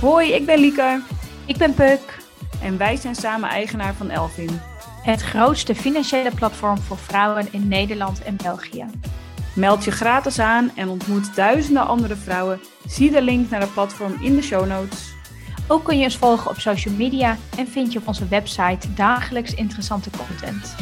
Hoi, ik ben Lieke Ik ben Puk, en wij zijn samen eigenaar van Elvin. het grootste financiële platform voor vrouwen in Nederland en België. Meld je gratis aan en ontmoet duizenden andere vrouwen. Zie de link naar het platform in de show notes. Ook kun je ons volgen op social media en vind je op onze website dagelijks interessante content.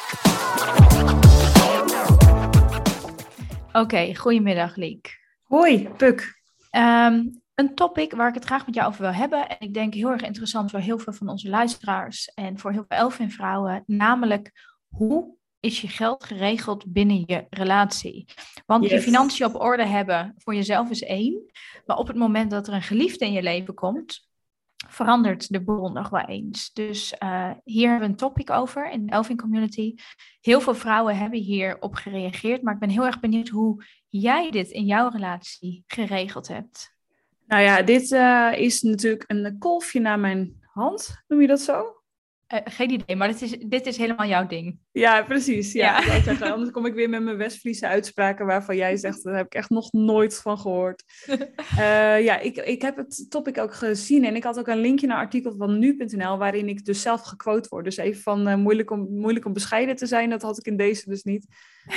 Oké, goedemiddag Liek. Hoi, Puk. Een topic waar ik het graag met jou over wil hebben. En ik denk heel erg interessant voor heel veel van onze luisteraars en voor heel veel Elfin-vrouwen. Namelijk, hoe is je geld geregeld binnen je relatie? Want je financiën op orde hebben voor jezelf is één. Maar op het moment dat er een geliefde in je leven komt, verandert de boel nog wel eens. Dus hier hebben we een topic over in de Elfin community. Heel veel vrouwen hebben hierop gereageerd. Maar ik ben heel erg benieuwd hoe jij dit in jouw relatie geregeld hebt. Nou ja, dit is natuurlijk een kolfje naar mijn hand. Noem je dat zo? Geen idee, maar dit is helemaal jouw ding. Ja, precies. Ja. Ja. Ik zeggen, anders kom ik weer met mijn West-Friese uitspraken waarvan jij zegt, daar heb ik echt nog nooit van gehoord. Ik heb het topic ook gezien en ik had ook een linkje naar een artikel van nu.nl waarin ik dus zelf gequote word. Dus even van moeilijk om bescheiden te zijn, dat had ik in deze dus niet.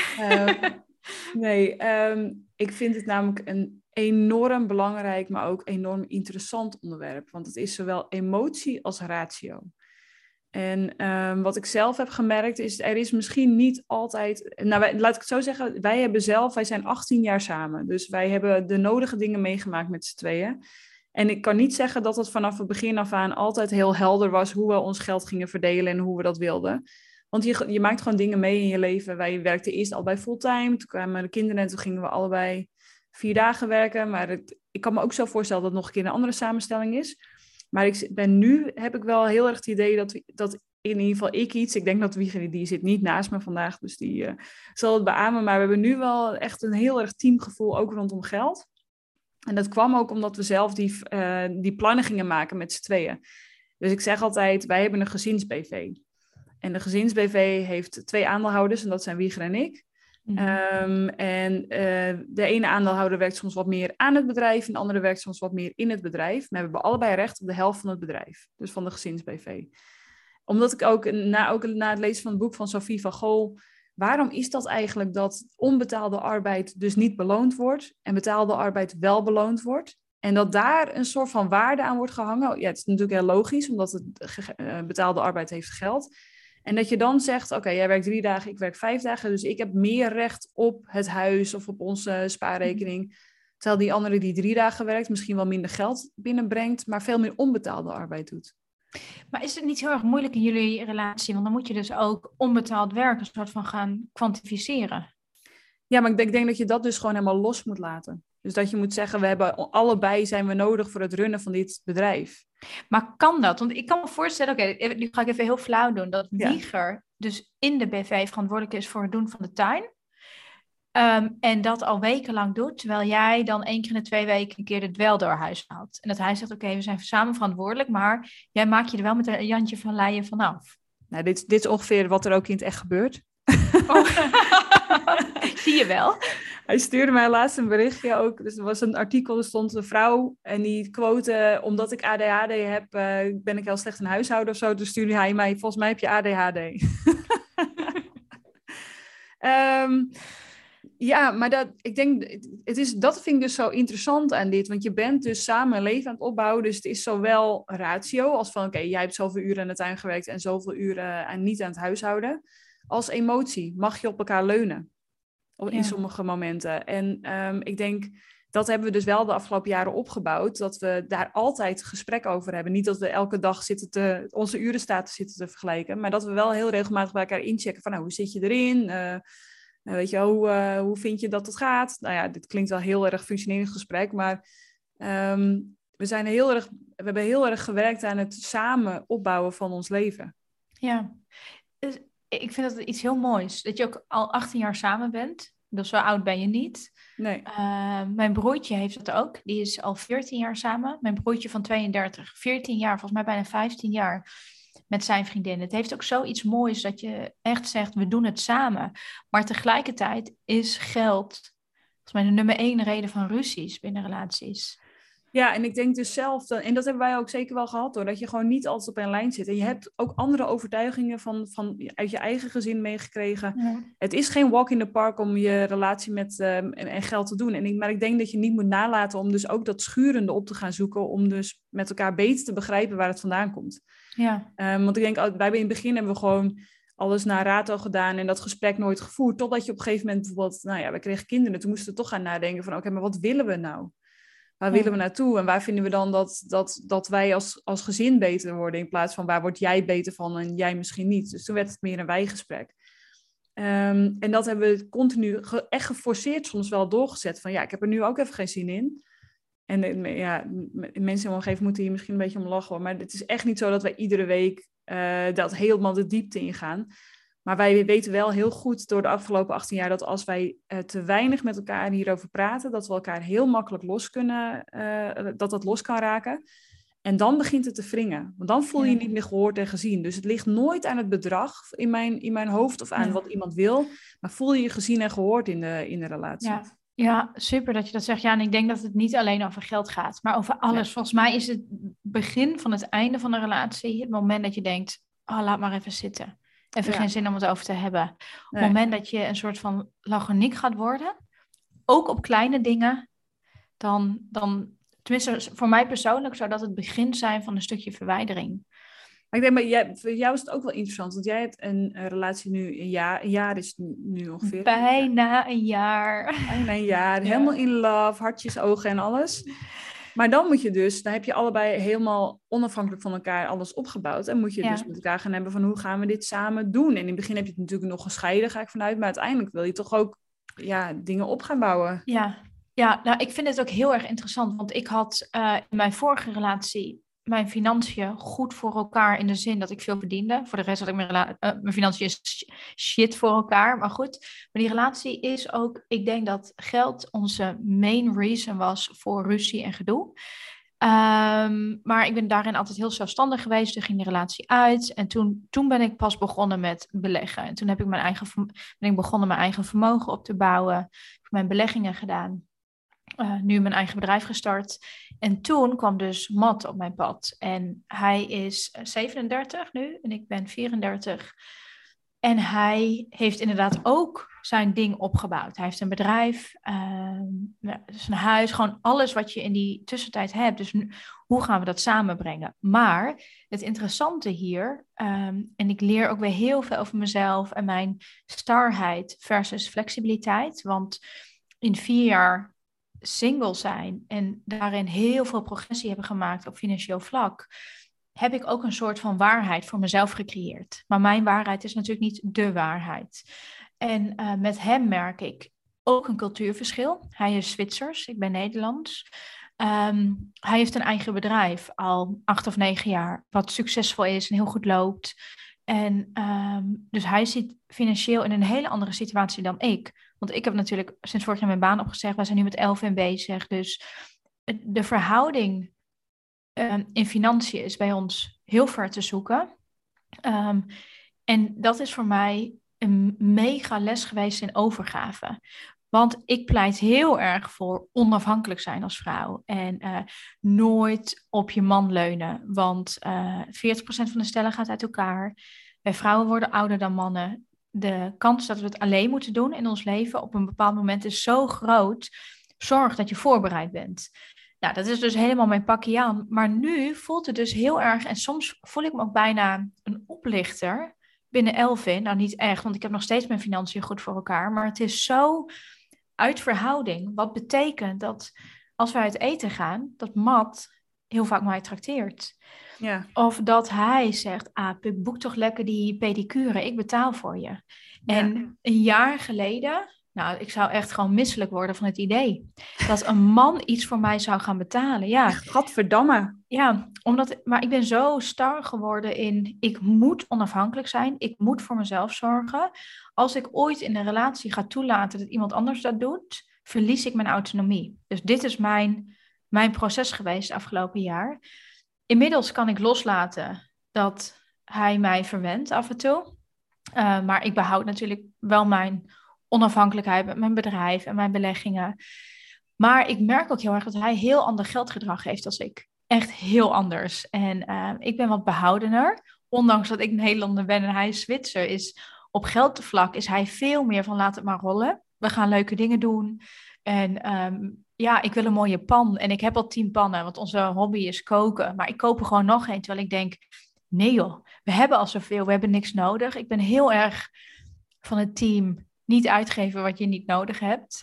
Ik vind het namelijk een enorm belangrijk, maar ook enorm interessant onderwerp. Want het is zowel emotie als ratio. En wat ik zelf heb gemerkt is, er is misschien niet altijd... laat ik het zo zeggen, wij zijn 18 jaar samen. Dus wij hebben de nodige dingen meegemaakt met z'n tweeën. En ik kan niet zeggen dat het vanaf het begin af aan altijd heel helder was hoe we ons geld gingen verdelen en hoe we dat wilden. Want je maakt gewoon dingen mee in je leven. Wij werkten eerst al bij fulltime, toen kwamen de kinderen en toen gingen we allebei 4 dagen werken. Maar ik kan me ook zo voorstellen dat het nog een keer een andere samenstelling is. Maar nu heb ik wel heel erg het idee dat in ieder geval ik denk dat Wiegert, die zit niet naast me vandaag, dus die zal het beamen. Maar we hebben nu wel echt een heel erg teamgevoel, ook rondom geld. En dat kwam ook omdat we zelf die plannen gingen maken met z'n tweeën. Dus ik zeg altijd, wij hebben een gezins-BV. En de gezins-BV heeft 2 aandeelhouders en dat zijn Wieger en ik. Mm-hmm. De ene aandeelhouder werkt soms wat meer aan het bedrijf en de andere werkt soms wat meer in het bedrijf. Maar we hebben allebei recht op de helft van het bedrijf, dus van de gezins-BV. Omdat ik ook na het lezen van het boek van Sophie van Gool, waarom is dat eigenlijk dat onbetaalde arbeid dus niet beloond wordt en betaalde arbeid wel beloond wordt? En dat daar een soort van waarde aan wordt gehangen. Ja, het is natuurlijk heel logisch, omdat het betaalde arbeid heeft geld. En dat je dan zegt, oké, jij werkt 3 dagen, ik werk 5 dagen. Dus ik heb meer recht op het huis of op onze spaarrekening. Terwijl die andere die 3 dagen werkt, misschien wel minder geld binnenbrengt, maar veel meer onbetaalde arbeid doet. Maar is het niet heel erg moeilijk in jullie relatie? Want dan moet je dus ook onbetaald werk een soort van gaan kwantificeren. Ja, maar ik denk dat je dat dus gewoon helemaal los moet laten. Dus dat je moet zeggen, allebei zijn we nodig voor het runnen van dit bedrijf. Maar kan dat? Want ik kan me voorstellen, nu ga ik even heel flauw doen, dat Wieger dus in de BV verantwoordelijk is voor het doen van de tuin. En dat al wekenlang doet, terwijl jij dan 1 keer in de 2 weken een keer het wel door huis haalt. En dat hij zegt, oké, we zijn samen verantwoordelijk, maar jij maakt je er wel met een Jantje van Leijen vanaf. Nou, dit is ongeveer wat er ook in het echt gebeurt. Oh. Zie je wel? Hij stuurde mij laatst een berichtje ook. Dus er was een artikel, er stond een vrouw en die quote, omdat ik ADHD heb, ben ik heel slecht in huishouden of zo. Dus stuurde hij mij, volgens mij heb je ADHD. Ja, maar dat vind ik dus zo interessant aan dit. Want je bent dus samen een leven aan het opbouwen. Dus het is zowel ratio, als van oké, jij hebt zoveel uren aan de tuin gewerkt en zoveel uren niet aan het huishouden. Als emotie, mag je op elkaar leunen. In sommige momenten. En ik denk, dat hebben we dus wel de afgelopen jaren opgebouwd. Dat we daar altijd gesprek over hebben. Niet dat we elke dag onze urenstatus zitten te vergelijken. Maar dat we wel heel regelmatig bij elkaar inchecken. Van hoe zit je erin? Weet je, hoe vind je dat het gaat? Nou ja, dit klinkt wel heel erg functionerend gesprek. Maar we hebben heel erg gewerkt aan het samen opbouwen van ons leven. Ja, dus ik vind dat iets heel moois. Dat je ook al 18 jaar samen bent. Dus zo oud ben je niet. Nee. Mijn broertje heeft dat ook. Die is al 14 jaar samen. Mijn broertje van 32. 14 jaar, volgens mij bijna 15 jaar. Met zijn vriendin. Het heeft ook zoiets moois dat je echt zegt, we doen het samen. Maar tegelijkertijd is geld volgens mij de nummer 1 reden van ruzies binnen relaties. Ja, en ik denk dus zelf, en dat hebben wij ook zeker wel gehad hoor, dat je gewoon niet altijd op een lijn zit. En je hebt ook andere overtuigingen uit je eigen gezin meegekregen. Ja. Het is geen walk in the park om je relatie met en geld te doen. Maar ik denk dat je niet moet nalaten om dus ook dat schurende op te gaan zoeken, om dus met elkaar beter te begrijpen waar het vandaan komt. Ja. Want ik denk, wij in het begin hebben we gewoon alles naar rato gedaan en dat gesprek nooit gevoerd. Totdat je op een gegeven moment bijvoorbeeld, nou ja, we kregen kinderen. Toen moesten we toch gaan nadenken van, oké, maar wat willen we nou? Waar willen we naartoe? En waar vinden we dan dat wij als gezin beter worden? In plaats van waar word jij beter van en jij misschien niet. Dus toen werd het meer een wijgesprek. En dat hebben we continu echt geforceerd soms wel doorgezet. Van ja, ik heb er nu ook even geen zin in. En ja, mensen in mijn omgeving moeten hier misschien een beetje om lachen. Maar het is echt niet zo dat wij iedere week dat helemaal de diepte ingaan. Maar wij weten wel heel goed door de afgelopen 18 jaar dat als wij te weinig met elkaar hierover praten, dat we elkaar heel makkelijk dat los kan raken. En dan begint het te wringen. Want dan voel je je niet meer gehoord en gezien. Dus het ligt nooit aan het bedrag in mijn hoofd of aan wat iemand wil. Maar voel je je gezien en gehoord in de relatie. Ja, super dat je dat zegt. Ja, en ik denk dat het niet alleen over geld gaat, maar over alles. Ja. Volgens mij is het begin van het einde van een relatie het moment dat je denkt, laat maar even zitten. Even geen zin om het over te hebben. Nee. Op het moment dat je een soort van lachoniek gaat worden, ook op kleine dingen, dan tenminste voor mij persoonlijk, zou dat het begin zijn van een stukje verwijdering. Maar ik denk, maar voor jou is het ook wel interessant, want jij hebt een relatie nu een jaar is het nu ongeveer. Bijna een jaar. Bijna een jaar, helemaal in love, hartjes, ogen en alles. Maar dan heb je allebei helemaal onafhankelijk van elkaar alles opgebouwd. En moet je dus met elkaar gaan hebben van hoe gaan we dit samen doen? En in het begin heb je het natuurlijk nog gescheiden, ga ik vanuit. Maar uiteindelijk wil je toch ook dingen op gaan bouwen. Ja, nou ik vind het ook heel erg interessant. Want ik had in mijn vorige relatie mijn financiën goed voor elkaar in de zin dat ik veel verdiende. Voor de rest had ik mijn financiën shit voor elkaar. Maar goed, maar die relatie is ook, ik denk dat geld onze main reason was voor ruzie en gedoe. Maar ik ben daarin altijd heel zelfstandig geweest. Toen ging de relatie uit. En toen ben ik pas begonnen met beleggen. En toen ben ik begonnen mijn eigen vermogen op te bouwen. Heb ik mijn beleggingen gedaan. Nu mijn eigen bedrijf gestart. En toen kwam dus Matt op mijn pad. En hij is 37 nu en ik ben 34. En hij heeft inderdaad ook zijn ding opgebouwd. Hij heeft een bedrijf, dus een huis, gewoon alles wat je in die tussentijd hebt. Dus hoe gaan we dat samenbrengen? Maar het interessante hier, en ik leer ook weer heel veel over mezelf en mijn starheid versus flexibiliteit. Want in 4 jaar single zijn en daarin heel veel progressie hebben gemaakt op financieel vlak, heb ik ook een soort van waarheid voor mezelf gecreëerd. Maar mijn waarheid is natuurlijk niet de waarheid. En met hem merk ik ook een cultuurverschil. Hij is Zwitsers, ik ben Nederlands. Hij heeft een eigen bedrijf al 8 of 9 jaar, wat succesvol is en heel goed loopt. En dus hij zit financieel in een hele andere situatie dan ik. Want ik heb natuurlijk sinds vorig jaar mijn baan opgezegd. Wij zijn nu met LVMH bezig. Dus de verhouding in financiën is bij ons heel ver te zoeken. En dat is voor mij een mega les geweest in overgave. Want ik pleit heel erg voor onafhankelijk zijn als vrouw. En nooit op je man leunen. Want 40% van de stellen gaat uit elkaar. Wij vrouwen worden ouder dan mannen. De kans dat we het alleen moeten doen in ons leven op een bepaald moment is zo groot. Zorg dat je voorbereid bent. Nou, dat is dus helemaal mijn pakje aan. Maar nu voelt het dus heel erg, en soms voel ik me ook bijna een oplichter binnen Elvin. Nou, niet echt, want ik heb nog steeds mijn financiën goed voor elkaar. Maar het is zo uit verhouding. Wat betekent dat als wij uit eten gaan, dat Matt heel vaak mij trakteert. Ja. Of dat hij zegt, boek toch lekker die pedicure, ik betaal voor je. Ja. En een jaar geleden, nou, ik zou echt gewoon misselijk worden van het idee. Dat een man iets voor mij zou gaan betalen. Ja, gadverdamme. Ja, maar ik ben zo star geworden in, ik moet onafhankelijk zijn. Ik moet voor mezelf zorgen. Als ik ooit in een relatie ga toelaten dat iemand anders dat doet, verlies ik mijn autonomie. Dus dit is mijn proces geweest afgelopen jaar. Inmiddels kan ik loslaten dat hij mij verwendt af en toe. Maar ik behoud natuurlijk wel mijn onafhankelijkheid met mijn bedrijf en mijn beleggingen. Maar ik merk ook heel erg dat hij heel ander geldgedrag heeft als ik. Echt heel anders. En ik ben wat behoudener. Ondanks dat ik Nederlander ben en hij is Zwitser, is op geldvlak is hij veel meer van laat het maar rollen. We gaan leuke dingen doen. En ja, ik wil een mooie pan. En ik heb al 10 pannen, want onze hobby is koken. Maar ik koop er gewoon nog één, terwijl ik denk, nee joh, we hebben al zoveel, we hebben niks nodig. Ik ben heel erg van het team niet uitgeven wat je niet nodig hebt.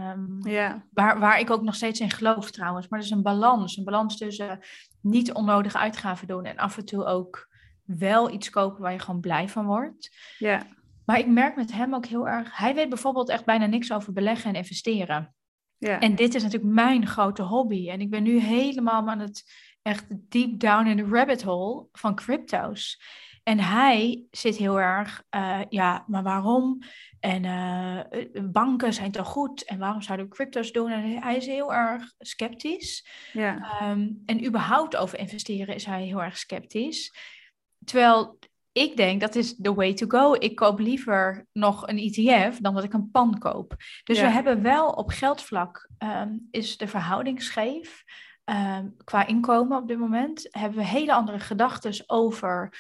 Ja, Waar ik ook nog steeds in geloof trouwens. Maar er is een balans. Een balans tussen niet onnodige uitgaven doen en af en toe ook wel iets kopen waar je gewoon blij van wordt. ja, Maar ik merk met hem ook heel erg. Hij weet bijvoorbeeld echt bijna niks over beleggen en investeren. ja, En dit is natuurlijk mijn grote hobby. En ik ben nu helemaal aan het echt deep down in de rabbit hole van crypto's. En hij zit heel erg, ja, maar waarom? En banken zijn toch goed? En waarom zouden we crypto's doen? En hij is heel erg sceptisch. ja, En überhaupt over investeren is hij heel erg sceptisch. Terwijl ik denk, dat is the way to go. Ik koop liever nog een ETF dan dat ik een pan koop. Dus we ja, hebben wel op geldvlak, is de verhouding scheef. Qua inkomen op dit moment hebben we hele andere gedachten over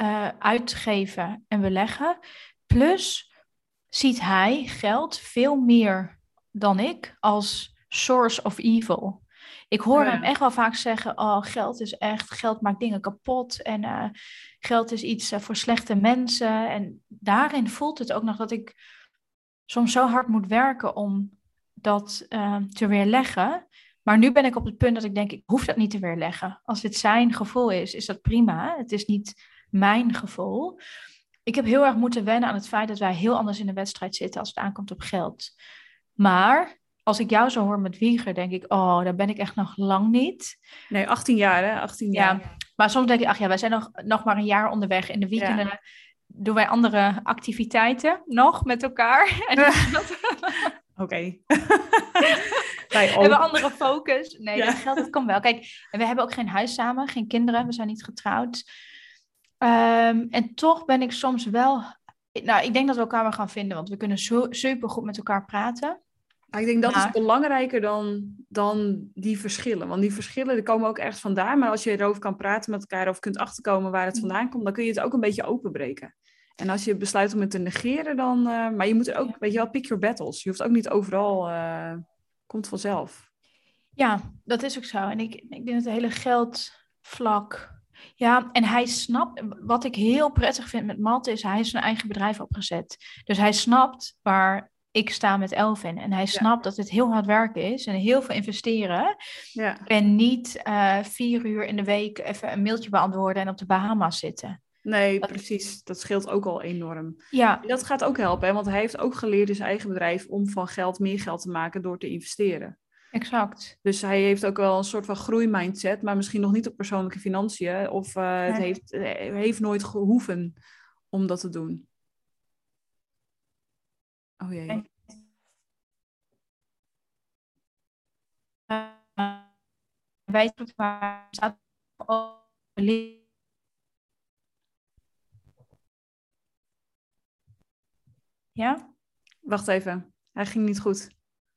uitgeven en beleggen. Plus ziet hij geld veel meer dan ik als source of evil. Ik hoor hem ja, echt wel vaak zeggen, oh, geld is echt, geld maakt dingen kapot en geld is iets voor slechte mensen. En daarin voelt het ook nog dat ik soms zo hard moet werken om dat te weerleggen. Maar nu ben ik op het punt dat ik denk, ik hoef dat niet te weerleggen. Als dit zijn gevoel is dat prima. Het is niet mijn gevoel. Ik heb heel erg moeten wennen aan het feit dat wij heel anders in de wedstrijd zitten als het aankomt op geld. Maar als ik jou zo hoor met Wieger, denk ik, oh, daar ben ik echt nog lang niet. nee, 18 jaar, hè? 18 jaar. Ja, maar soms denk ik, ach ja, wij zijn nog maar een jaar onderweg. In de weekenden Ja. doen wij andere activiteiten nog met elkaar. En Oké. Wij we hebben ook. andere focus. Nee, Ja. dat geld, dat kan wel. Kijk, en we hebben ook geen huis samen, geen kinderen. We zijn niet getrouwd. En toch ben ik soms wel... Nou, ik denk dat we elkaar wel gaan vinden, want we kunnen super goed met elkaar praten. Maar ik denk dat is Maar belangrijker dan die verschillen. Want die verschillen die komen ook ergens vandaan. Maar als je erover kan praten met elkaar of kunt achterkomen waar het vandaan komt, dan kun je het ook een beetje openbreken. En als je besluit om het te negeren, dan... maar je moet er ook, weet je wel, pick your battles. Je hoeft ook niet overal... komt vanzelf. ja, dat is ook zo. En ik denk dat het hele geldvlak... Ja, en hij snapt... Wat ik heel prettig vind met Malte is, hij heeft zijn eigen bedrijf opgezet. Dus hij snapt waar ik sta met Elvin. En hij snapt dat het heel hard werken is en heel veel investeren. Ja. En niet 4 uur in de week even een mailtje beantwoorden en op de Bahama's zitten. Nee, Dat, precies. Dat scheelt ook al enorm. ja, En dat gaat ook helpen, hè? Want hij heeft ook geleerd in zijn eigen bedrijf om van geld meer geld te maken door te investeren. exact. Dus hij heeft ook wel een soort van groeimindset, maar misschien nog niet op persoonlijke financiën. Of het Nee. heeft nooit gehoeven om dat te doen. Oh jee. Weet het waar staat. Ja? Wacht even. Hij ging niet goed.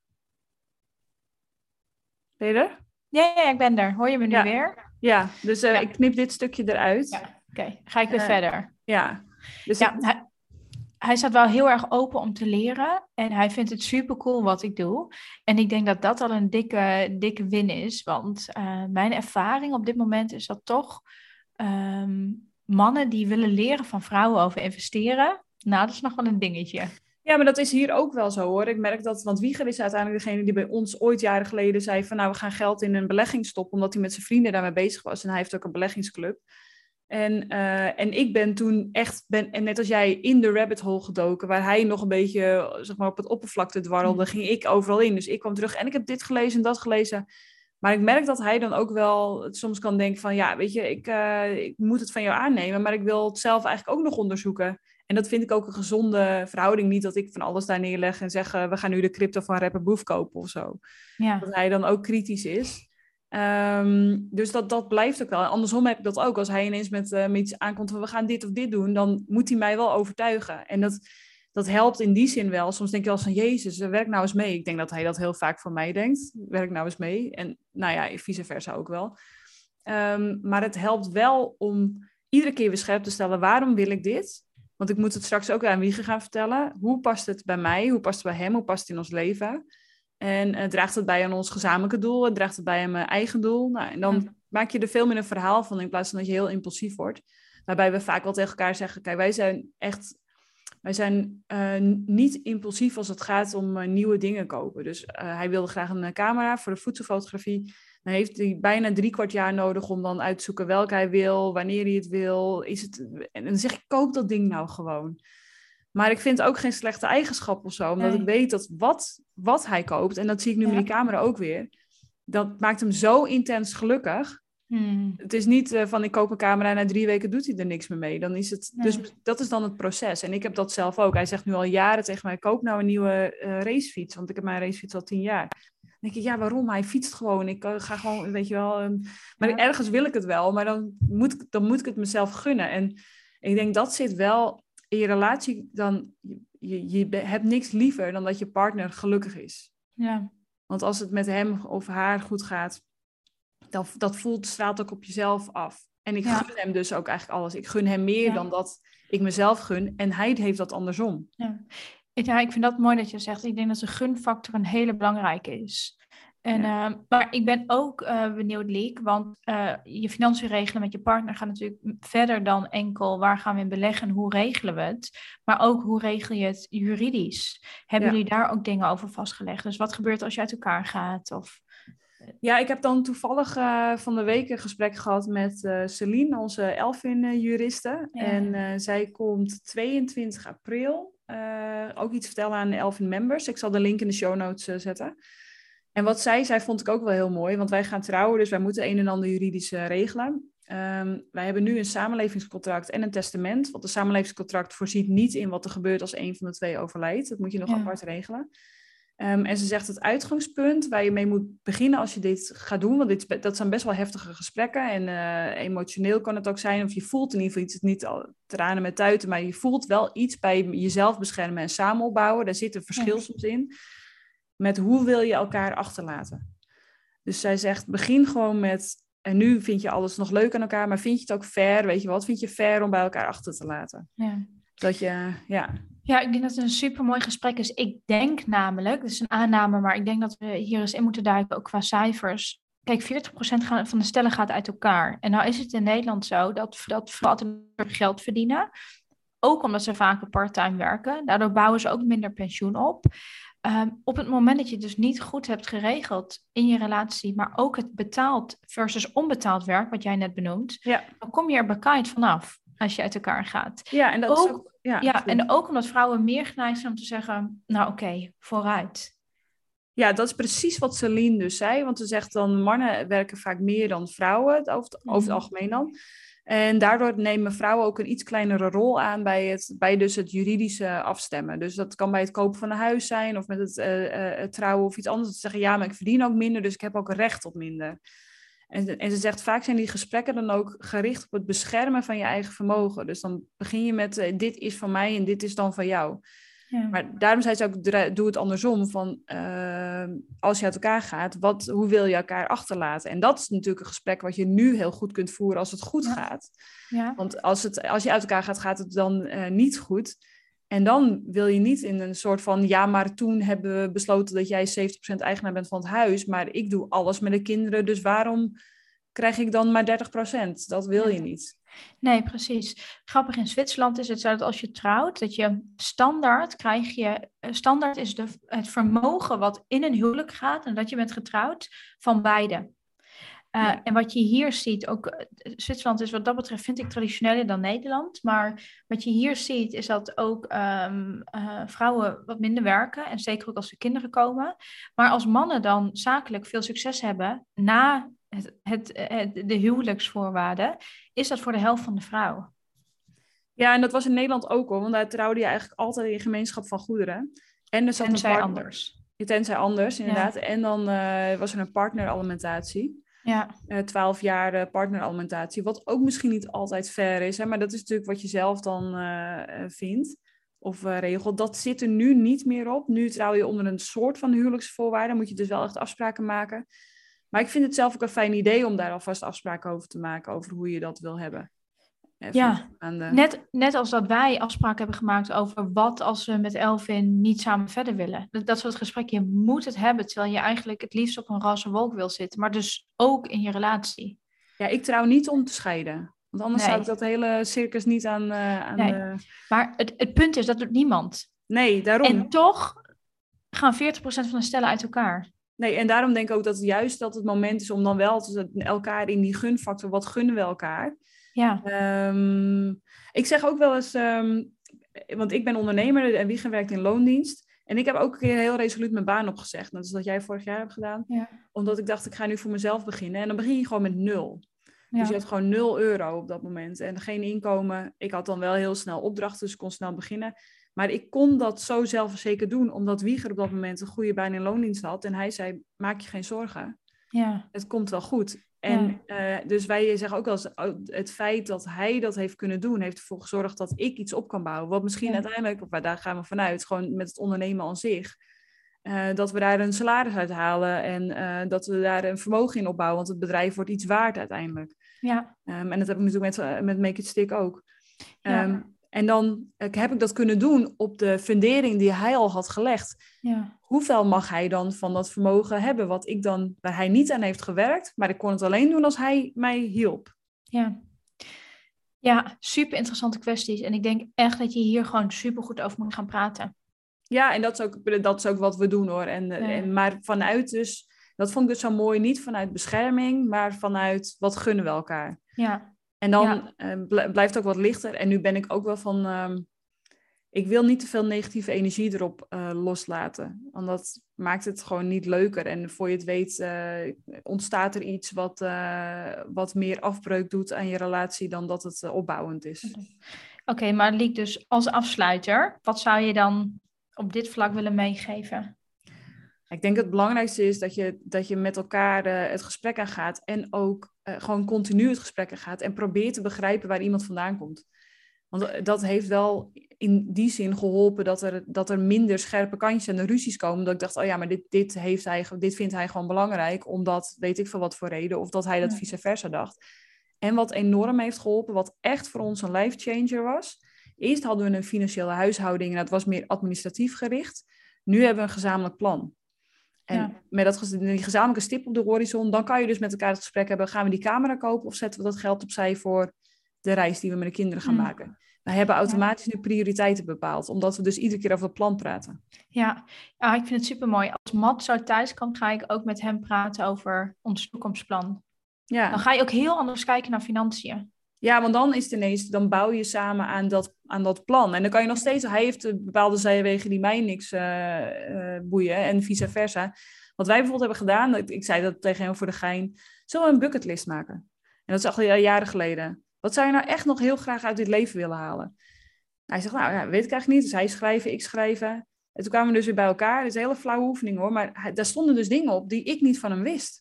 Ben je er? Ja, ik ben er. Hoor je me nu Ja. weer? Ja, dus Ja. ik knip dit stukje eruit. Ja. Oké, ga ik weer verder. Ja. Dus Ja, hij staat wel heel erg open om te leren. En hij vindt het super cool wat ik doe. En ik denk dat dat al een dikke win is. Want mijn ervaring op dit moment is dat toch mannen die willen leren van vrouwen over investeren. Nou, dat is nog wel een dingetje. Ja, maar dat is hier ook wel zo hoor. Ik merk dat, want Wieger is uiteindelijk degene die bij ons ooit jaren geleden zei van nou, we gaan geld in een belegging stoppen, omdat hij met zijn vrienden daarmee bezig was. En hij heeft ook een beleggingsclub. En ik ben toen echt, en net als jij, in de rabbit hole gedoken, waar hij nog een beetje zeg maar, op het oppervlakte dwarrelde, ging ik overal in. Dus ik kwam terug en ik heb dit gelezen en dat gelezen. Maar ik merk dat hij dan ook wel soms kan denken van ja, weet je, ik moet het van jou aannemen, maar ik wil het zelf eigenlijk ook nog onderzoeken. En dat vind ik ook een gezonde verhouding. Niet dat ik van alles daar neerleg en zeg, we gaan nu de crypto van rapper Boef kopen of zo. Ja. Dat hij dan ook kritisch is. Dus dat blijft ook wel. En andersom heb ik dat ook. Als hij ineens met iets aankomt van we gaan dit of dit doen, dan moet hij mij wel overtuigen. En dat helpt in die zin wel. Soms denk je wel eens van, Jezus, werk nou eens mee. Ik denk dat hij dat heel vaak voor mij denkt. Werk nou eens mee. En nou ja, vice versa ook wel. Maar het helpt wel om iedere keer weer scherp te stellen, waarom wil ik dit? Want ik moet het straks ook aan Wiege gaan vertellen. Hoe past het bij mij? Hoe past het bij hem? Hoe past het in ons leven? En draagt het bij aan ons gezamenlijke doel? Draagt het bij aan mijn eigen doel? Nou, en dan maak je er veel meer een verhaal van in plaats van dat je heel impulsief wordt. Waarbij we vaak wel tegen elkaar zeggen, kijk, wij zijn niet impulsief als het gaat om nieuwe dingen kopen. Dus hij wilde graag een camera voor de voedselfotografie. Dan heeft hij bijna 3/4 jaar nodig om dan uit te zoeken welke hij wil, wanneer hij het wil. En dan zeg ik, koop dat ding nou gewoon. Maar ik vind het ook geen slechte eigenschap of zo. Omdat ik weet dat wat hij koopt, en dat zie ik nu met die camera ook weer, dat maakt hem zo intens gelukkig. Het is niet van ik koop een camera en na 3 weken doet hij er niks meer mee. Dan is het, dus dat is dan het proces. En ik heb dat zelf ook. Hij zegt nu al jaren tegen mij, koop nou een nieuwe racefiets. Want ik heb mijn racefiets al 10 jaar. Dan denk ik, ja, waarom? Hij fietst gewoon. Ik ga gewoon, weet je wel. Maar ergens wil ik het wel. Maar dan moet ik het mezelf gunnen. En ik denk, dat zit wel in je relatie. Dan, je hebt niks liever dan dat je partner gelukkig is. Ja. Want als het met hem of haar goed gaat, dat straalt ook op jezelf af. En ik gun hem dus ook eigenlijk alles. Ik gun hem meer dan dat ik mezelf gun. En hij heeft dat andersom. Ja, ik vind dat mooi dat je zegt. Ik denk dat de gunfactor een hele belangrijke is. Maar ik ben ook benieuwd, Liek, want je financiën regelen met je partner gaat natuurlijk verder dan enkel waar gaan we in beleggen en hoe regelen we het. Maar ook hoe regel je het juridisch? Hebben jullie daar ook dingen over vastgelegd? Dus wat gebeurt als je uit elkaar gaat? Ja, ik heb dan toevallig van de week een gesprek gehad met Celine, onze Elfin-juriste. Ja. En zij komt 22 april ook iets vertellen aan de Elfin members. Ik zal de link in de show notes zetten. En wat zij zei, vond ik ook wel heel mooi. Want wij gaan trouwen, dus wij moeten een en ander juridisch regelen. Wij hebben nu een samenlevingscontract en een testament. Want een samenlevingscontract voorziet niet in wat er gebeurt als een van de twee overlijdt. Dat moet je nog apart regelen. En ze zegt het uitgangspunt waar je mee moet beginnen als je dit gaat doen. Want dat zijn best wel heftige gesprekken. En emotioneel kan het ook zijn. Of je voelt in ieder geval iets, niet tranen met tuiten. Maar je voelt wel iets bij jezelf beschermen en samen opbouwen. Daar zit een verschil soms in. Met hoe wil je elkaar achterlaten. Dus zij zegt, begin gewoon met, en nu vind je alles nog leuk aan elkaar, maar vind je het ook fair, weet je wat? Vind je fair om bij elkaar achter te laten? Ja. Dat je, Ja, ik denk dat het een supermooi gesprek is. Ik denk namelijk, het is een aanname, maar ik denk dat we hier eens in moeten duiken, ook qua cijfers. Kijk, 40% van de stellen gaat uit elkaar. En nou is het in Nederland zo dat vrouwen geld verdienen. Ook omdat ze vaker part-time werken. Daardoor bouwen ze ook minder pensioen op. Op het moment dat je het dus niet goed hebt geregeld in je relatie, maar ook het betaald versus onbetaald werk, wat jij net benoemt, dan kom je er bekaaid vanaf als je uit elkaar gaat. Ja, en dat ook, is ook... en ook omdat vrouwen meer geneigd zijn om te zeggen, nou oké, vooruit. Ja, dat is precies wat Celine dus zei. Want ze zegt dan, mannen werken vaak meer dan vrouwen, over het algemeen dan. En daardoor nemen vrouwen ook een iets kleinere rol aan bij dus het juridische afstemmen. Dus dat kan bij het kopen van een huis zijn of met het trouwen of iets anders. Dat ze zeggen, ja, maar ik verdien ook minder, dus ik heb ook recht op minder. En ze zegt, vaak zijn die gesprekken dan ook gericht op het beschermen van je eigen vermogen. Dus dan begin je met, dit is van mij en dit is dan van jou. Ja. Maar daarom zei ze ook, doe het andersom. Van, als je uit elkaar gaat, hoe wil je elkaar achterlaten? En dat is natuurlijk een gesprek wat je nu heel goed kunt voeren als het goed gaat. Ja. Want als je uit elkaar gaat, gaat het dan niet goed. En dan wil je niet in een soort van, ja, maar toen hebben we besloten dat jij 70% eigenaar bent van het huis, maar ik doe alles met de kinderen, dus waarom krijg ik dan maar 30%? Dat wil je niet. Nee, precies. Grappig, in Zwitserland is het zo dat als je trouwt, dat je standaard is het vermogen wat in een huwelijk gaat en dat je bent getrouwd van beide. En wat je hier ziet, ook Zwitserland is wat dat betreft, vind ik, traditioneler dan Nederland. Maar wat je hier ziet, is dat ook vrouwen wat minder werken. En zeker ook als er kinderen komen. Maar als mannen dan zakelijk veel succes hebben na de huwelijksvoorwaarden, is dat voor de helft van de vrouw. Ja, en dat was in Nederland ook hoor. Want daar trouwde je eigenlijk altijd in gemeenschap van goederen. En er zat tenzij anders. Tenzij anders, inderdaad. Ja. En dan was er een partneralimentatie. Ja. 12 jaar partneralimentatie, wat ook misschien niet altijd fair is, hè, maar dat is natuurlijk wat je zelf dan vindt. of regel. Dat zit er nu niet meer op. Nu trouw je onder een soort van huwelijksvoorwaarden. Moet je dus wel echt afspraken maken. Maar ik vind het zelf ook een fijn idee om daar alvast afspraken over te maken. Over hoe je dat wil hebben. Ja, net als dat wij afspraken hebben gemaakt over wat als we met Elvin niet samen verder willen. Dat soort gesprekken, je moet het hebben, terwijl je eigenlijk het liefst op een roze wolk wil zitten. Maar dus ook in je relatie. Ja, ik trouw niet om te scheiden. Want anders zou ik dat hele circus niet aan Maar het punt is, dat doet niemand. Nee, daarom. En toch gaan 40% van de stellen uit elkaar. Nee, en daarom denk ik ook dat juist dat het moment is om dan wel elkaar in die gunfactor, wat gunnen we elkaar? Ja. Ik zeg ook wel eens, want ik ben ondernemer en Wiegen werkt in loondienst. En ik heb ook een keer heel resoluut mijn baan opgezegd. Dat is wat jij vorig jaar hebt gedaan. Ja. Omdat ik dacht, ik ga nu voor mezelf beginnen. En dan begin je gewoon met 0. Ja. Dus je hebt gewoon €0 op dat moment. En geen inkomen. Ik had dan wel heel snel opdrachten, dus ik kon snel beginnen. Maar ik kon dat zo zelfverzekerd doen, omdat Wieger op dat moment een goede baan in loondienst had. En hij zei, maak je geen zorgen. Ja. Het komt wel goed. En dus wij zeggen ook wel eens, het feit dat hij dat heeft kunnen doen, heeft ervoor gezorgd dat ik iets op kan bouwen. Wat misschien uiteindelijk, of daar gaan we vanuit, gewoon met het ondernemen aan zich, dat we daar een salaris uit halen en dat we daar een vermogen in opbouwen, want het bedrijf wordt iets waard uiteindelijk. Ja. En dat heb ik natuurlijk met Make It Stick ook. En dan heb ik dat kunnen doen op de fundering die hij al had gelegd. Ja. Hoeveel mag hij dan van dat vermogen hebben, waar hij niet aan heeft gewerkt, maar ik kon het alleen doen als hij mij hielp. Ja, super interessante kwesties. En ik denk echt dat je hier gewoon super goed over moet gaan praten. Ja, en dat is ook wat we doen hoor. Maar vanuit dus, dat vond ik dus zo mooi, niet vanuit bescherming, maar vanuit wat gunnen we elkaar. Ja. En dan blijft het ook wat lichter. En nu ben ik ook wel van, ik wil niet te veel negatieve energie erop loslaten. Want dat maakt het gewoon niet leuker. En voor je het weet ontstaat er iets wat meer afbreuk doet aan je relatie dan dat het opbouwend is. Oké, maar Liek, dus als afsluiter, wat zou je dan op dit vlak willen meegeven? Ik denk het belangrijkste is dat je met elkaar het gesprek aangaat en ook gewoon continu het gesprek aangaat en probeert te begrijpen waar iemand vandaan komt. Want dat heeft wel in die zin geholpen dat er minder scherpe kantjes en de ruzies komen. Dat ik dacht, oh ja, maar dit vindt hij gewoon belangrijk, omdat weet ik veel wat voor reden, of dat hij dat vice versa dacht. En wat enorm heeft geholpen, wat echt voor ons een life changer was. Eerst hadden we een financiële huishouding en dat was meer administratief gericht. Nu hebben we een gezamenlijk plan. En met die gezamenlijke stip op de horizon, dan kan je dus met elkaar het gesprek hebben. Gaan we die camera kopen of zetten we dat geld opzij voor de reis die we met de kinderen gaan maken? We hebben automatisch nu prioriteiten bepaald, omdat we dus iedere keer over het plan praten. Ja, ik vind het super mooi. Als Matt zo thuis komt, ga ik ook met hem praten over ons toekomstplan. Ja. Dan ga je ook heel anders kijken naar financiën. Ja, want dan is het ineens, dan bouw je samen aan dat plan. En dan kan je nog steeds, hij heeft bepaalde zijwegen die mij niks boeien en vice versa. Wat wij bijvoorbeeld hebben gedaan, ik zei dat tegen hem voor de gein, zullen we een bucketlist maken? En dat is al jaren geleden. Wat zou je nou echt nog heel graag uit dit leven willen halen? Hij zegt, nou ja, weet ik eigenlijk niet. Dus hij schrijven, ik schrijven. En toen kwamen we dus weer bij elkaar. Het is een hele flauwe oefening hoor. Maar daar stonden dus dingen op die ik niet van hem wist.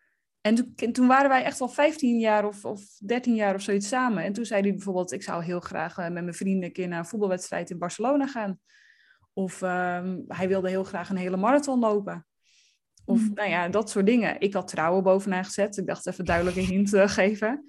En toen waren wij echt al 15 jaar of 13 jaar of zoiets samen. En toen zei hij bijvoorbeeld, ik zou heel graag met mijn vrienden een keer naar een voetbalwedstrijd in Barcelona gaan. Of hij wilde heel graag een hele marathon lopen. Of nou ja, dat soort dingen. Ik had trouwen bovenaan gezet. Ik dacht even duidelijk een hint geven.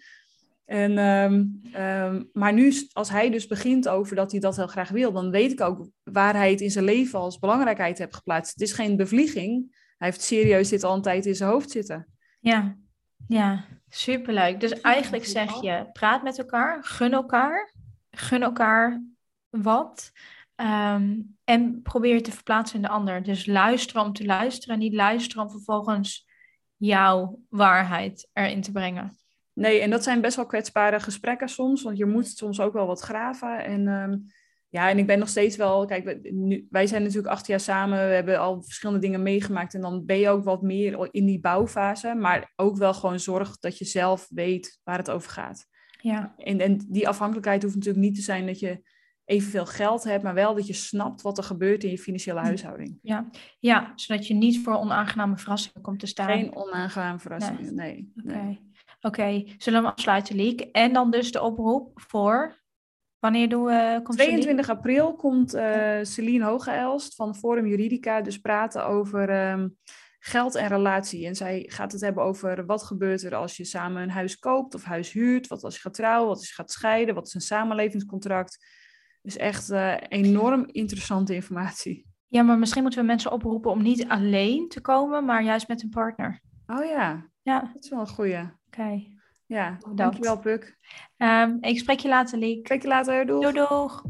Maar nu, als hij dus begint over dat hij dat heel graag wil, dan weet ik ook waar hij het in zijn leven als belangrijkheid heeft geplaatst. Het is geen bevlieging. Hij heeft serieus dit al een tijd in zijn hoofd zitten. Ja, superleuk. Dus eigenlijk zeg je, praat met elkaar, gun elkaar wat. En probeer je te verplaatsen in de ander. Dus luisteren om te luisteren en niet luisteren om vervolgens jouw waarheid erin te brengen. Nee, en dat zijn best wel kwetsbare gesprekken soms, want je moet soms ook wel wat graven. En ik ben nog steeds wel, kijk, wij zijn natuurlijk 8 jaar samen, we hebben al verschillende dingen meegemaakt en dan ben je ook wat meer in die bouwfase, maar ook wel gewoon zorg dat je zelf weet waar het over gaat. Ja. En die afhankelijkheid hoeft natuurlijk niet te zijn dat je evenveel geld hebt, maar wel dat je snapt wat er gebeurt in je financiële huishouding. Ja, zodat je niet voor onaangename verrassingen komt te staan. Geen onaangename verrassingen, nee. Oké, zullen we afsluiten, Liek? En dan dus de oproep voor Wanneer komt 22 april komt Celine Hogeelst van Forum Juridica dus praten over geld en relatie. En zij gaat het hebben over wat gebeurt er als je samen een huis koopt of huis huurt. Wat als je gaat trouwen, wat als je gaat scheiden, wat is een samenlevingscontract. Dus echt enorm interessante informatie. Ja, maar misschien moeten we mensen oproepen om niet alleen te komen, maar juist met een partner. Oh ja, Ja. Dat is wel een goeie. Oké. Ja, dankjewel Puk. Ik spreek je later, Liek. Spreek je later, doeg. Doeg.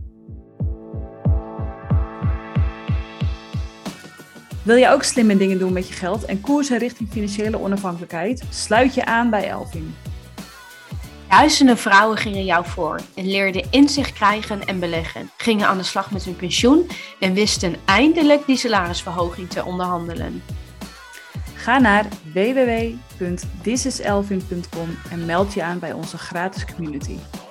Wil je ook slimme dingen doen met je geld en koersen richting financiële onafhankelijkheid? Sluit je aan bij Elvin. Duizenden vrouwen gingen jou voor en leerden inzicht krijgen en beleggen, gingen aan de slag met hun pensioen en wisten eindelijk die salarisverhoging te onderhandelen. Ga naar www.thisiselvin.com en meld je aan bij onze gratis community.